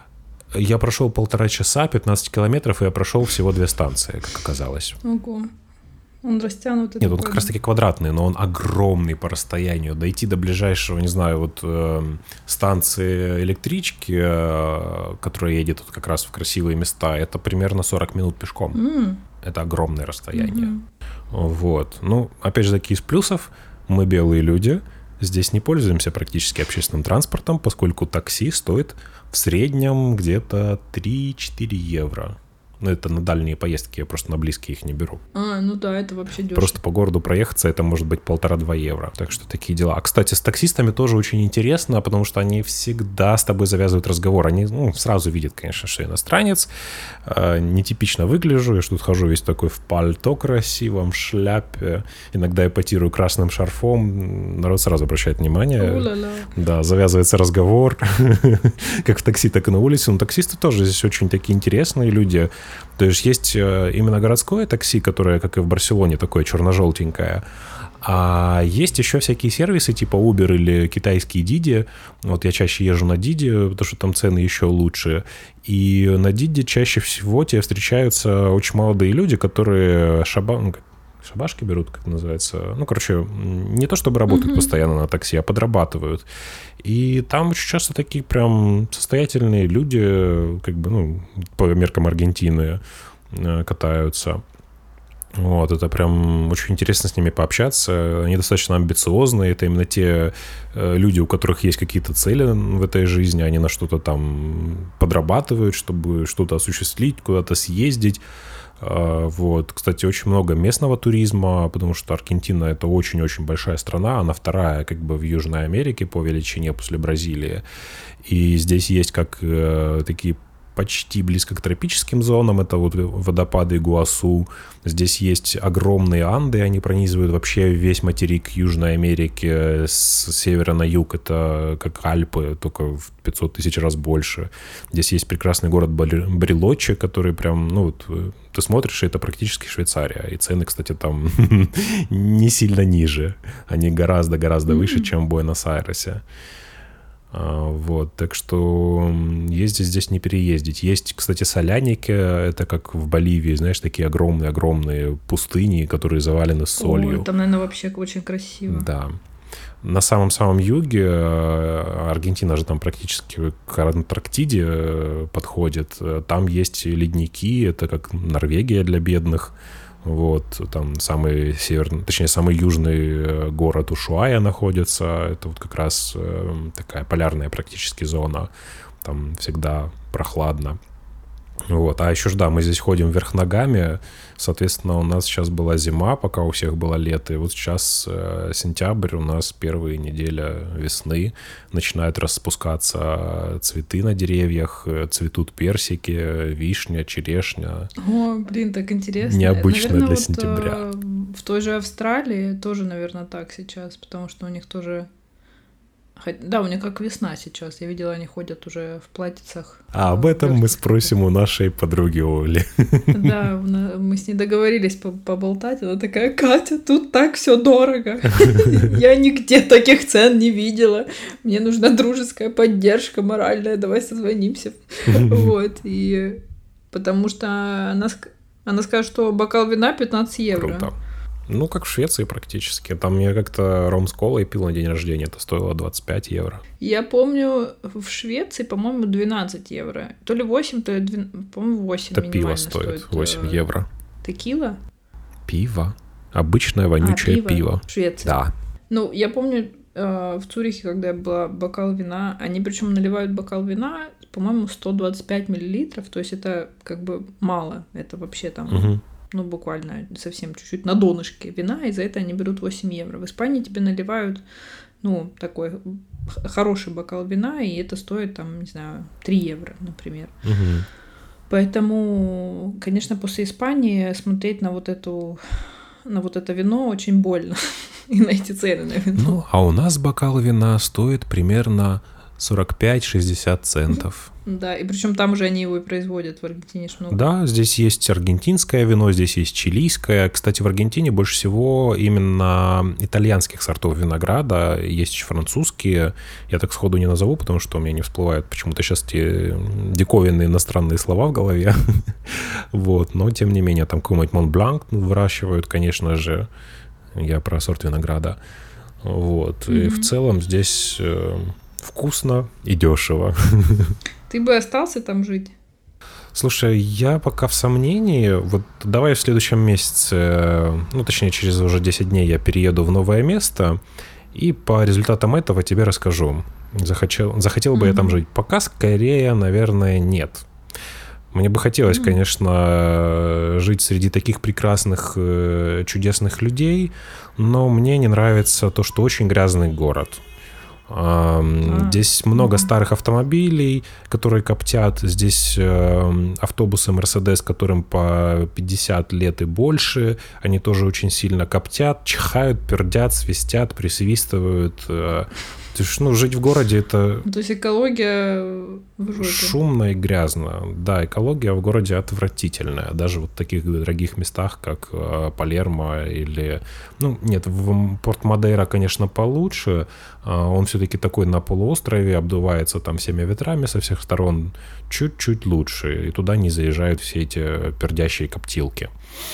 Я прошел полтора часа, пятнадцать километров, и я прошел всего две станции, как оказалось. Ого. Он растянутый. Нет, он как раз-таки квадратный, но он огромный по расстоянию. Дойти до ближайшего, не знаю, вот э, станции электрички, э, которая едет вот как раз в красивые места, это примерно сорок минут пешком. Mm. Это огромное расстояние. Mm-hmm. Вот. Ну, опять же таки, из плюсов мы белые люди. Здесь не пользуемся практически общественным транспортом, поскольку такси стоит в среднем где-то три-четыре евро. Ну, это на дальние поездки, я просто на близкие их не беру. А, ну да, это вообще дешево. Просто по городу проехаться, это может быть полтора-два евро. Так что такие дела. А, кстати, с таксистами тоже очень интересно, потому что они всегда с тобой завязывают разговор. Они, ну, сразу видят, конечно, что иностранец. Э, нетипично выгляжу. Я что тут хожу весь такой в пальто красивом, в шляпе. Иногда эпатирую красным шарфом. Народ сразу обращает внимание. У-ля-ля. Да, завязывается разговор. Как в такси, так и на улице. Но таксисты тоже здесь очень такие интересные люди. То есть есть именно городское такси, которое, как и в Барселоне, такое черно-желтенькое. А есть еще всякие сервисы типа Uber или китайские Didi. Вот я чаще езжу на Didi, потому что там цены еще лучше. И на Didi чаще всего тебе встречаются очень молодые люди, которые шаба... шабашки берут, как это называется. Ну, короче, не то чтобы работают mm-hmm. постоянно на такси, а подрабатывают. И там очень часто такие прям состоятельные люди, как бы, ну, по меркам Аргентины, катаются. Вот, это прям очень интересно с ними пообщаться. Они достаточно амбициозные. Это именно те люди, у которых есть какие-то цели в этой жизни. Они на что-то там подрабатывают, чтобы что-то осуществить, куда-то съездить. Вот. Кстати, очень много местного туризма, потому что Аргентина — это очень-очень большая страна, она вторая как бы в Южной Америке по величине после Бразилии. И здесь есть как э, такие почти близко к тропическим зонам, это вот водопады Игуасу. Здесь есть огромные Анды, они пронизывают вообще весь материк Южной Америки с севера на юг, это как Альпы, только в пятьсот тысяч раз больше. Здесь есть прекрасный город Барилочи, который прям, ну, вот, ты смотришь, и это практически Швейцария, и цены, кстати, там не сильно ниже, они гораздо-гораздо выше, чем в Буэнос-Айресе. Вот, так что ездить здесь не переездить. Есть, кстати, соляники, это как в Боливии, знаешь, такие огромные-огромные пустыни, которые завалены солью. Ой, там, наверное, вообще очень красиво. Да. На самом-самом юге, Аргентина же там практически к Антарктиде подходит, там есть ледники, это как Норвегия для бедных. Вот, там самый северный, точнее, самый южный город Ушуая находится. Это вот как раз такая полярная практически зона. Там всегда прохладно. Вот. А еще ж, да, мы здесь ходим вверх ногами. Соответственно, у нас сейчас была зима, пока у всех было лето. И вот сейчас э, сентябрь, у нас первая неделя весны. Начинают распускаться цветы на деревьях, цветут персики, вишня, черешня. О, блин, так интересно. Необычно наверное, для вот, сентября. Э, в той же Австралии тоже, наверное, так сейчас, потому что у них тоже... Да, у них как весна сейчас. Я видела, они ходят уже в платьицах. А об этом мы спросим у нашей подруги Оли. Да, мы с ней договорились поболтать. Она такая: Катя, тут так все дорого. Я нигде таких цен не видела. Мне нужна дружеская поддержка моральная. Давай созвонимся. Вот. И потому что она, она скажет, что бокал вина пятнадцать евро. Круто. Ну, как в Швеции практически. Там я как-то ром с колой пил на день рождения, это стоило двадцать пять евро. Я помню, в Швеции, по-моему, двенадцать евро. То ли восемь, то ли, двенадцать, по-моему, восемь это минимально пиво стоит, стоит восемь евро. Текила? Пиво. Обычное вонючее а, пиво. пиво. В Швеции. Да. Ну, я помню, в Цюрихе, когда я была, бокал вина, они причем наливают бокал вина, по-моему, сто двадцать пять миллилитров, то есть это как бы мало, это вообще там... Угу. Ну, буквально совсем чуть-чуть на донышке вина, и за это они берут восемь евро. В Испании тебе наливают, ну, такой хороший бокал вина, и это стоит, там, не знаю, три евро, например. Угу. Поэтому, конечно, после Испании смотреть на вот эту, на вот это вино очень больно. И на эти цены на вино. Ну, а у нас бокал вина стоит примерно сорок пять - шестьдесят центов. Да, и причем там уже они его и производят, в Аргентине ж много. Да, здесь есть аргентинское вино, здесь есть чилийское. Кстати, в Аргентине больше всего именно итальянских сортов винограда, есть еще французские. Я так сходу не назову, потому что у меня не всплывают почему-то сейчас те диковинные иностранные слова в голове. Вот, но тем не менее, там какой-нибудь Монбланк выращивают, конечно же. Я про сорт винограда. Вот, и в целом здесь вкусно и дешево. Ты бы остался там жить? Слушай, я пока в сомнении. Вот давай в следующем месяце, ну, точнее, через уже десять дней я перееду в новое место, и по результатам этого тебе расскажу. Захотел, захотел бы mm-hmm. я там жить. Пока скорее, наверное, нет. Мне бы хотелось, mm-hmm. конечно, жить среди таких прекрасных, чудесных людей, но мне не нравится то, что очень грязный город. А, здесь много mm-hmm. старых автомобилей, которые коптят. Здесь э, автобусы Мерседес, которым по пятьдесят лет и больше. Они тоже очень сильно коптят, чихают, пердят, свистят, присвистывают. Э, то есть, ну, жить в городе — это... То есть экология в жопе. Шумно и грязно. Да, экология в городе отвратительная. Даже вот в таких дорогих местах, как э, Палермо или... Ну, нет, в Порт-Мадейро, конечно, получше. Э, он все-таки такой на полуострове, обдувается там всеми ветрами со всех сторон. Чуть-чуть лучше. И туда не заезжают все эти пердящие коптилки.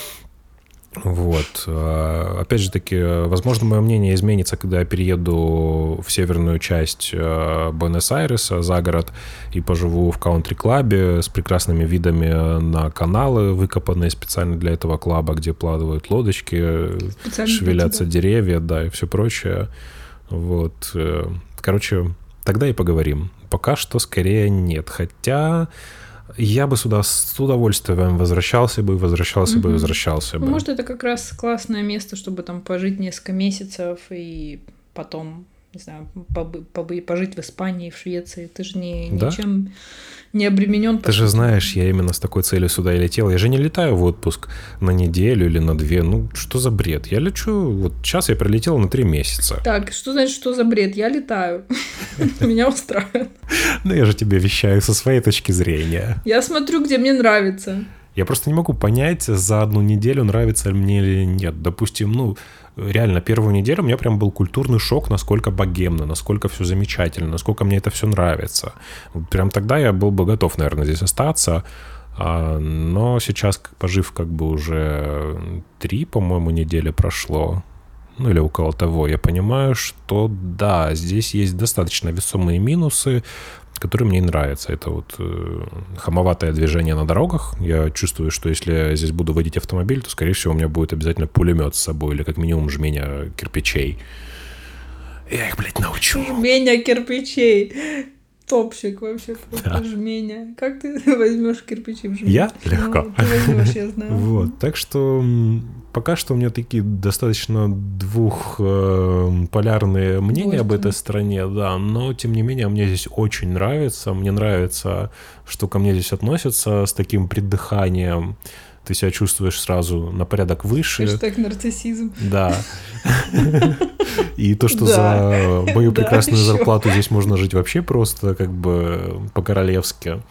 Вот. Опять же таки, возможно, мое мнение изменится, когда я перееду в северную часть Буэнос-Айреса за город и поживу в каунтри-клабе с прекрасными видами на каналы, выкопанные специально для этого клаба, где плавают лодочки, специально шевелятся деревья, да, и все прочее. Вот. Короче, тогда и поговорим. Пока что скорее нет. Хотя... Я бы сюда с удовольствием возвращался бы, возвращался mm-hmm. бы, возвращался бы. Ну, может, это как раз классное место, чтобы там пожить несколько месяцев и потом, не знаю, побы- побы- пожить в Испании, в Швеции. Ты же не, да? ничем не обременен. Ты же знаешь, я именно с такой целью сюда и летел. Я же не летаю в отпуск на неделю или на две. Ну, что за бред? Я лечу, вот сейчас я прилетел на три месяца. Так, что значит, что за бред? Я летаю. Меня устраивает. Ну, я же тебе вещаю со своей точки зрения. Я смотрю, где мне нравится. Я просто не могу понять за одну неделю, нравится мне или нет. Допустим, ну, реально, первую неделю у меня прям был культурный шок, насколько богемно, насколько все замечательно, насколько мне это все нравится. Прям тогда я был бы готов, наверное, здесь остаться. Но сейчас, пожив как бы уже три, по-моему, недели прошло, ну или около того, я понимаю, что да, здесь есть достаточно весомые минусы, которые мне нравятся. Это вот э, хамоватое движение на дорогах. Я чувствую, что если я здесь буду водить автомобиль, то, скорее всего, у меня будет обязательно пулемет с собой или как минимум жменя кирпичей. Я их, блядь, научу. Жменя кирпичей. Топчик вообще просто, да. Жменя. Как ты возьмешь кирпичи в жменю? Я? Легко. Ну, ты возьмешь, я знаю. Вот, так что пока что у меня такие достаточно двухполярные мнения Гости. об этой стране, да, но тем не менее мне здесь очень нравится. Мне нравится, что ко мне здесь относятся с таким придыханием. Ты себя чувствуешь сразу на порядок выше. Хэштег нарциссизм. Да. И то, что за мою прекрасную зарплату здесь можно жить вообще просто как бы по-королевски.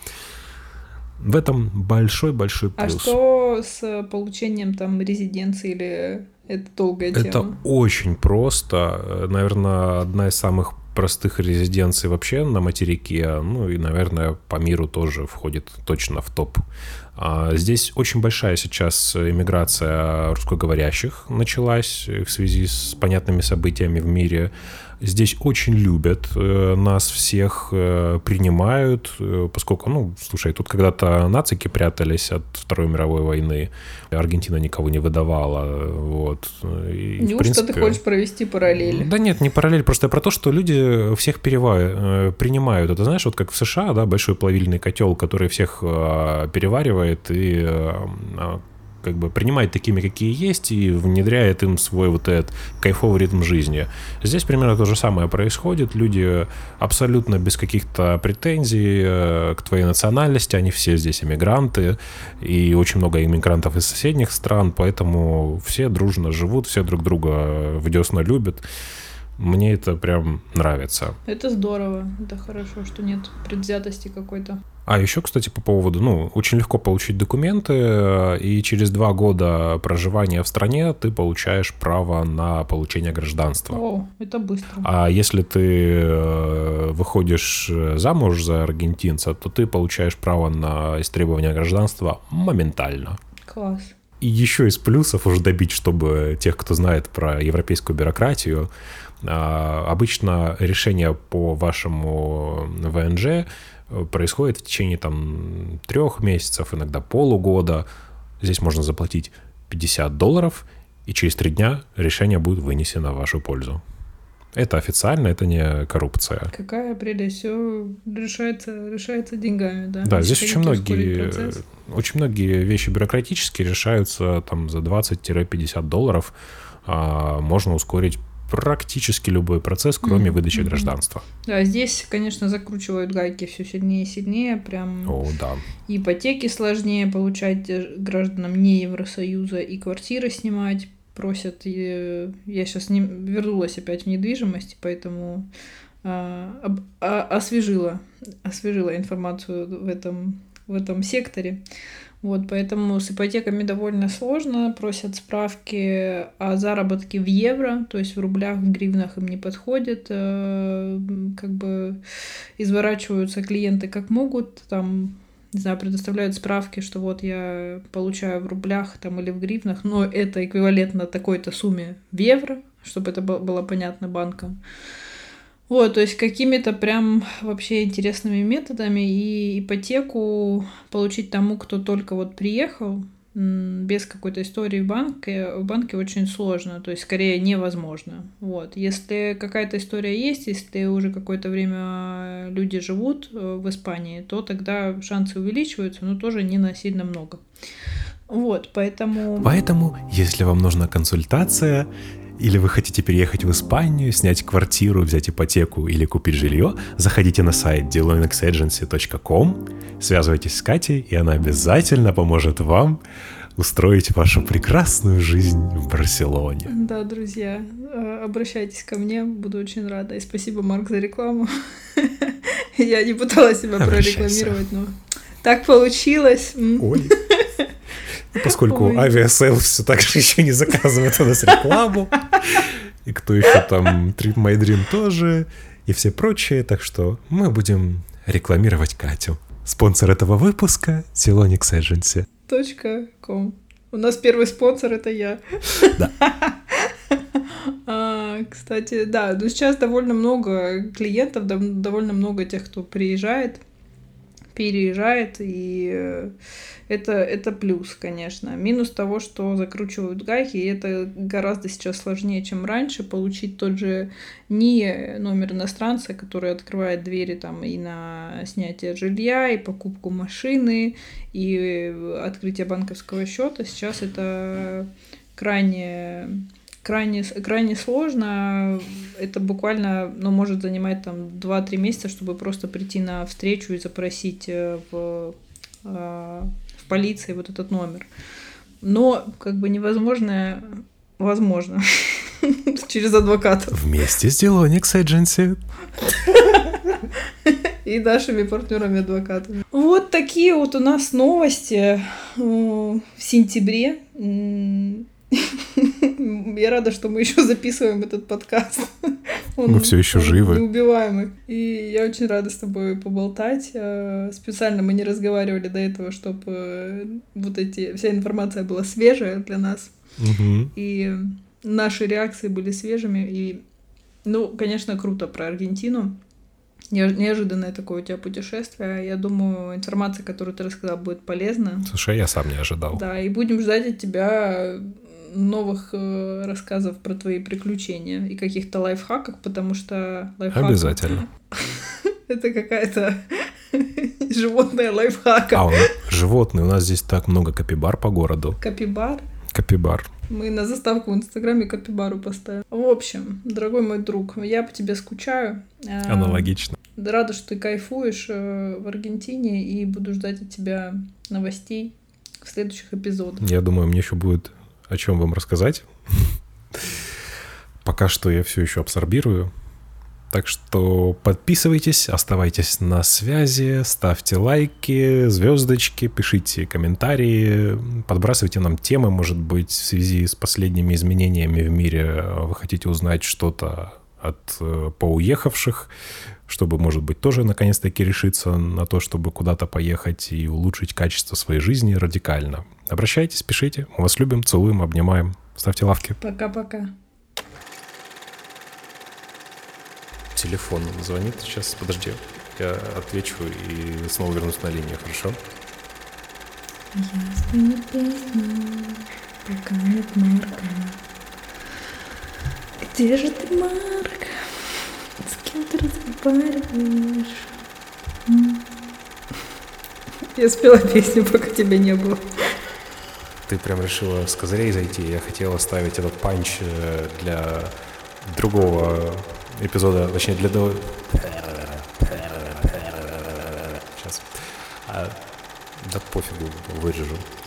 В этом большой-большой плюс. А что с получением там резиденции или это долгая тема? Это очень просто. Наверное, одна из самых простых резиденций вообще на материке, ну и, наверное, по миру тоже входит точно в топ. Здесь очень большая сейчас иммиграция русскоговорящих началась в связи с понятными событиями в мире. Здесь очень любят, нас всех принимают, поскольку, ну, слушай, тут когда-то нацики прятались от Второй мировой войны, Аргентина никого не выдавала, вот. И, Неужто принципе... ты хочешь провести параллель? Да нет, не параллель, просто про то, что люди всех перева... принимают. Это знаешь, вот как в США, да, большой плавильный котел, который всех переваривает и как бы принимает такими, какие есть, и внедряет им свой вот этот кайфовый ритм жизни. Здесь примерно то же самое происходит. Люди абсолютно без каких-то претензий к твоей национальности, они все здесь иммигранты, и очень много иммигрантов из соседних стран, поэтому все дружно живут, все друг друга в десна любят. Мне это прям нравится. Это здорово, это хорошо, что нет предвзятости какой-то. А еще, кстати, по поводу, ну, очень легко получить документы, и через два года проживания в стране ты получаешь право на получение гражданства. О, это быстро. А если ты выходишь замуж за аргентинца, то ты получаешь право на истребование гражданства моментально. Класс. И еще из плюсов уже добить, чтобы тех, кто знает про европейскую бюрократию, обычно решение по вашему вэ эн жэ происходит в течение там трех месяцев, иногда полугода. Здесь можно заплатить пятьдесят долларов, и через три дня решение будет вынесено в вашу пользу. Это официально, это не коррупция. Какая прелесть, все решается, решается деньгами, да? Да, здесь очень многие, очень многие вещи бюрократические решаются там за двадцать-пятьдесят долларов. А можно ускорить практически любой процесс, кроме mm-hmm. выдачи mm-hmm. гражданства. Да, здесь, конечно, закручивают гайки все сильнее и сильнее, прям. О, да. Ипотеки сложнее получать гражданам не Евросоюза, и квартиры снимать просят. И я сейчас не вернулась опять в недвижимость, поэтому а, а, освежила, освежила информацию в этом, в этом секторе. Вот, поэтому с ипотеками довольно сложно, просят справки о заработке в евро, то есть в рублях, в гривнах им не подходит, как бы изворачиваются клиенты как могут, там, не знаю, предоставляют справки, что вот я получаю в рублях там, или в гривнах, но это эквивалентно такой-то сумме в евро, чтобы это было понятно банкам. Вот, то есть какими-то прям вообще интересными методами, и ипотеку получить тому, кто только вот приехал, без какой-то истории в банке, в банке очень сложно, то есть скорее невозможно. Вот. Если какая-то история есть, если уже какое-то время люди живут в Испании, то тогда шансы увеличиваются, но тоже не на сильно много. Вот, поэтому... Поэтому, если вам нужна консультация, или вы хотите переехать в Испанию, снять квартиру, взять ипотеку или купить жилье, заходите на сайт delonex agency точка ком, связывайтесь с Катей, и она обязательно поможет вам устроить вашу прекрасную жизнь в Барселоне. Да, друзья, обращайтесь ко мне, буду очень рада. И спасибо, Марк, за рекламу. Я не пыталась себя прорекламировать, но так получилось. Ой. Поскольку Ой. авиасейлс все так же еще не заказывает у нас рекламу. И кто еще там, Trip My Dream тоже, и все прочие. Так что мы будем рекламировать Катю. Спонсор этого выпуска — Telonix Agency. .com. У нас первый спонсор — это я. Да. А, кстати, да, ну сейчас довольно много клиентов, дов- довольно много тех, кто приезжает, переезжает, и э, это, это плюс, конечно. Минус того, что закручивают гайки, и это гораздо сейчас сложнее, чем раньше, получить тот же не номер иностранца, который открывает двери там и на снятие жилья, и покупку машины, и открытие банковского счета. Сейчас это крайне... Крайне, крайне сложно. Это буквально, ну, может занимать там два-три месяца, чтобы просто прийти на встречу и запросить в, в полиции вот этот номер. Но как бы невозможно, возможно, через адвокатов. Вместе с Telonix Agency. И нашими партнерами-адвокатами. Вот такие вот у нас новости в сентябре. Я рада, что мы еще записываем этот подкаст. Он, мы все еще он живы. Неубиваемый. И я очень рада с тобой поболтать. Специально мы не разговаривали до этого, чтобы вот эти вся информация была свежая для нас. Угу. И наши реакции были свежими. И, ну, конечно, круто про Аргентину. Неожиданное такое у тебя путешествие. Я думаю, информация, которую ты рассказал, будет полезна. Слушай, я сам не ожидал. Да, и будем ждать от тебя новых э, рассказов про твои приключения и каких-то лайфхаков, потому что лайфхак... Обязательно. Это какая-то животное лайфхака. А, он животные. У нас здесь так много капибар по городу. Капибар? Капибар. Мы на заставку в Инстаграме капибару поставим. В общем, дорогой мой друг, я по тебе скучаю. Аналогично. Рада, что ты кайфуешь в Аргентине, и буду ждать от тебя новостей в следующих эпизодах. Я думаю, мне еще будет о чем вам рассказать. Пока что я все еще абсорбирую. Так что подписывайтесь, оставайтесь на связи, ставьте лайки, звездочки, пишите комментарии, подбрасывайте нам темы, может быть, в связи с последними изменениями в мире вы хотите узнать что-то от поуехавших, чтобы, может быть, тоже наконец-таки решиться на то, чтобы куда-то поехать и улучшить качество своей жизни радикально. Обращайтесь, пишите. Мы вас любим, целуем, обнимаем. Ставьте лавки. Пока-пока. Телефон звонит. Сейчас, подожди. Я отвечу и снова вернусь на линию, хорошо? Я спою песню, пока нет Марка. Где же ты, Марк? С кем ты разговариваешь? Я спела песню, пока тебя не было. Ты прям решила с козырей зайти. Я хотел оставить этот панч для другого эпизода, точнее, для... Сейчас. А, да пофигу, вырежу.